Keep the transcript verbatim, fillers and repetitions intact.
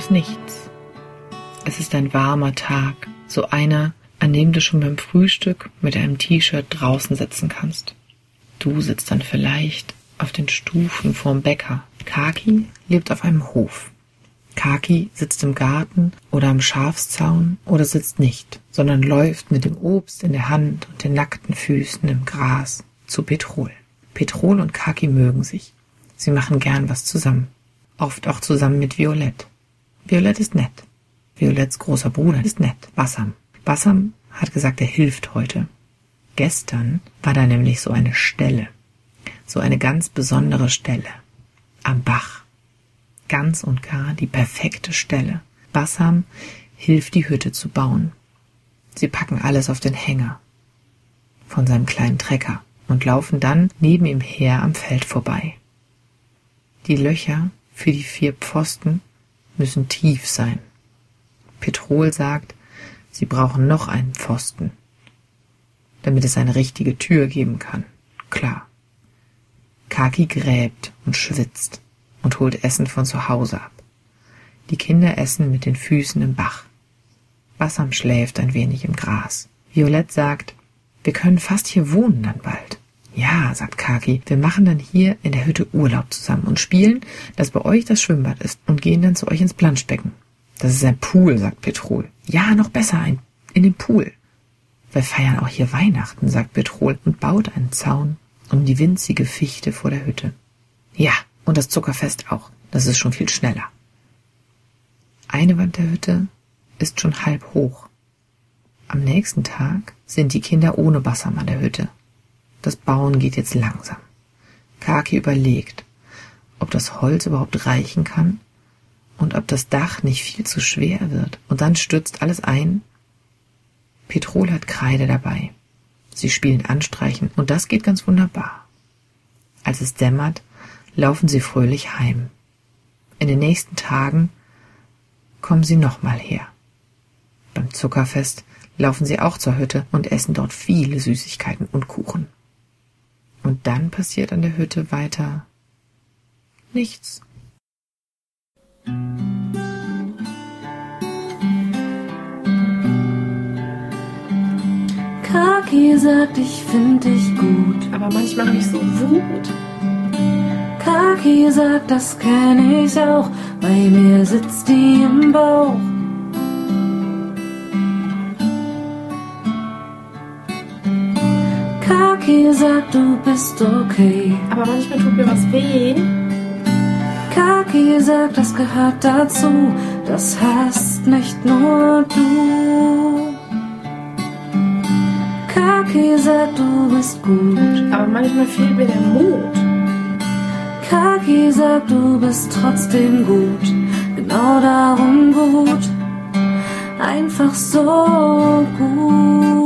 aus nichts. Es ist ein warmer Tag, so einer, an dem du schon beim Frühstück mit einem T-Shirt draußen sitzen kannst. Du sitzt dann vielleicht auf den Stufen vorm Bäcker. Kaki lebt auf einem Hof. Kaki sitzt im Garten oder am Schafszaun oder sitzt nicht, sondern läuft mit dem Obst in der Hand und den nackten Füßen im Gras zu Petrol. Petrol und Kaki mögen sich. Sie machen gern was zusammen. Oft auch zusammen mit Violett. Violett ist nett. Violetts großer Bruder ist nett, Bassam. Bassam hat gesagt, er hilft heute. Gestern war da nämlich so eine Stelle. So eine ganz besondere Stelle. Am Bach. Ganz und gar die perfekte Stelle. Bassam hilft, die Hütte zu bauen. Sie packen alles auf den Hänger von seinem kleinen Trecker und laufen dann neben ihm her am Feld vorbei. Die Löcher für die vier Pfosten müssen tief sein. Petrol sagt, sie brauchen noch einen Pfosten, damit es eine richtige Tür geben kann. Klar. Kaki gräbt und schwitzt und holt Essen von zu Hause ab. Die Kinder essen mit den Füßen im Bach. Bassam schläft ein wenig im Gras. Violett sagt, wir können fast hier wohnen dann bald. Ja, sagt Kaki, wir machen dann hier in der Hütte Urlaub zusammen und spielen, dass bei euch das Schwimmbad ist und gehen dann zu euch ins Planschbecken. Das ist ein Pool, sagt Petrol. Ja, noch besser, ein in den Pool. Wir feiern auch hier Weihnachten, sagt Petrol und baut einen Zaun um die winzige Fichte vor der Hütte. Ja, und das Zuckerfest auch. Das ist schon viel schneller. Eine Wand der Hütte ist schon halb hoch. Am nächsten Tag sind die Kinder ohne Bassam an der Hütte. Das Bauen geht jetzt langsam. Kaki überlegt, ob das Holz überhaupt reichen kann und ob das Dach nicht viel zu schwer wird. Und dann stürzt alles ein. Petrol hat Kreide dabei. Sie spielen Anstreichen und das geht ganz wunderbar. Als es dämmert, laufen sie fröhlich heim. In den nächsten Tagen kommen sie nochmal her. Beim Zuckerfest laufen sie auch zur Hütte und essen dort viele Süßigkeiten und Kuchen. Und dann passiert an der Hütte weiter nichts. Kaki sagt, ich find dich gut, aber manchmal habe ich so Wut. Kaki sagt, das kenn ich auch, bei mir sitzt die im Bauch. Kaki sagt, du bist okay, aber manchmal tut mir was weh. Kaki sagt, das gehört dazu, das hast nicht nur du. Kaki sagt, du bist gut, aber manchmal fehlt mir der Mut. Kaki sagt, du bist trotzdem gut, genau darum gut, einfach so gut.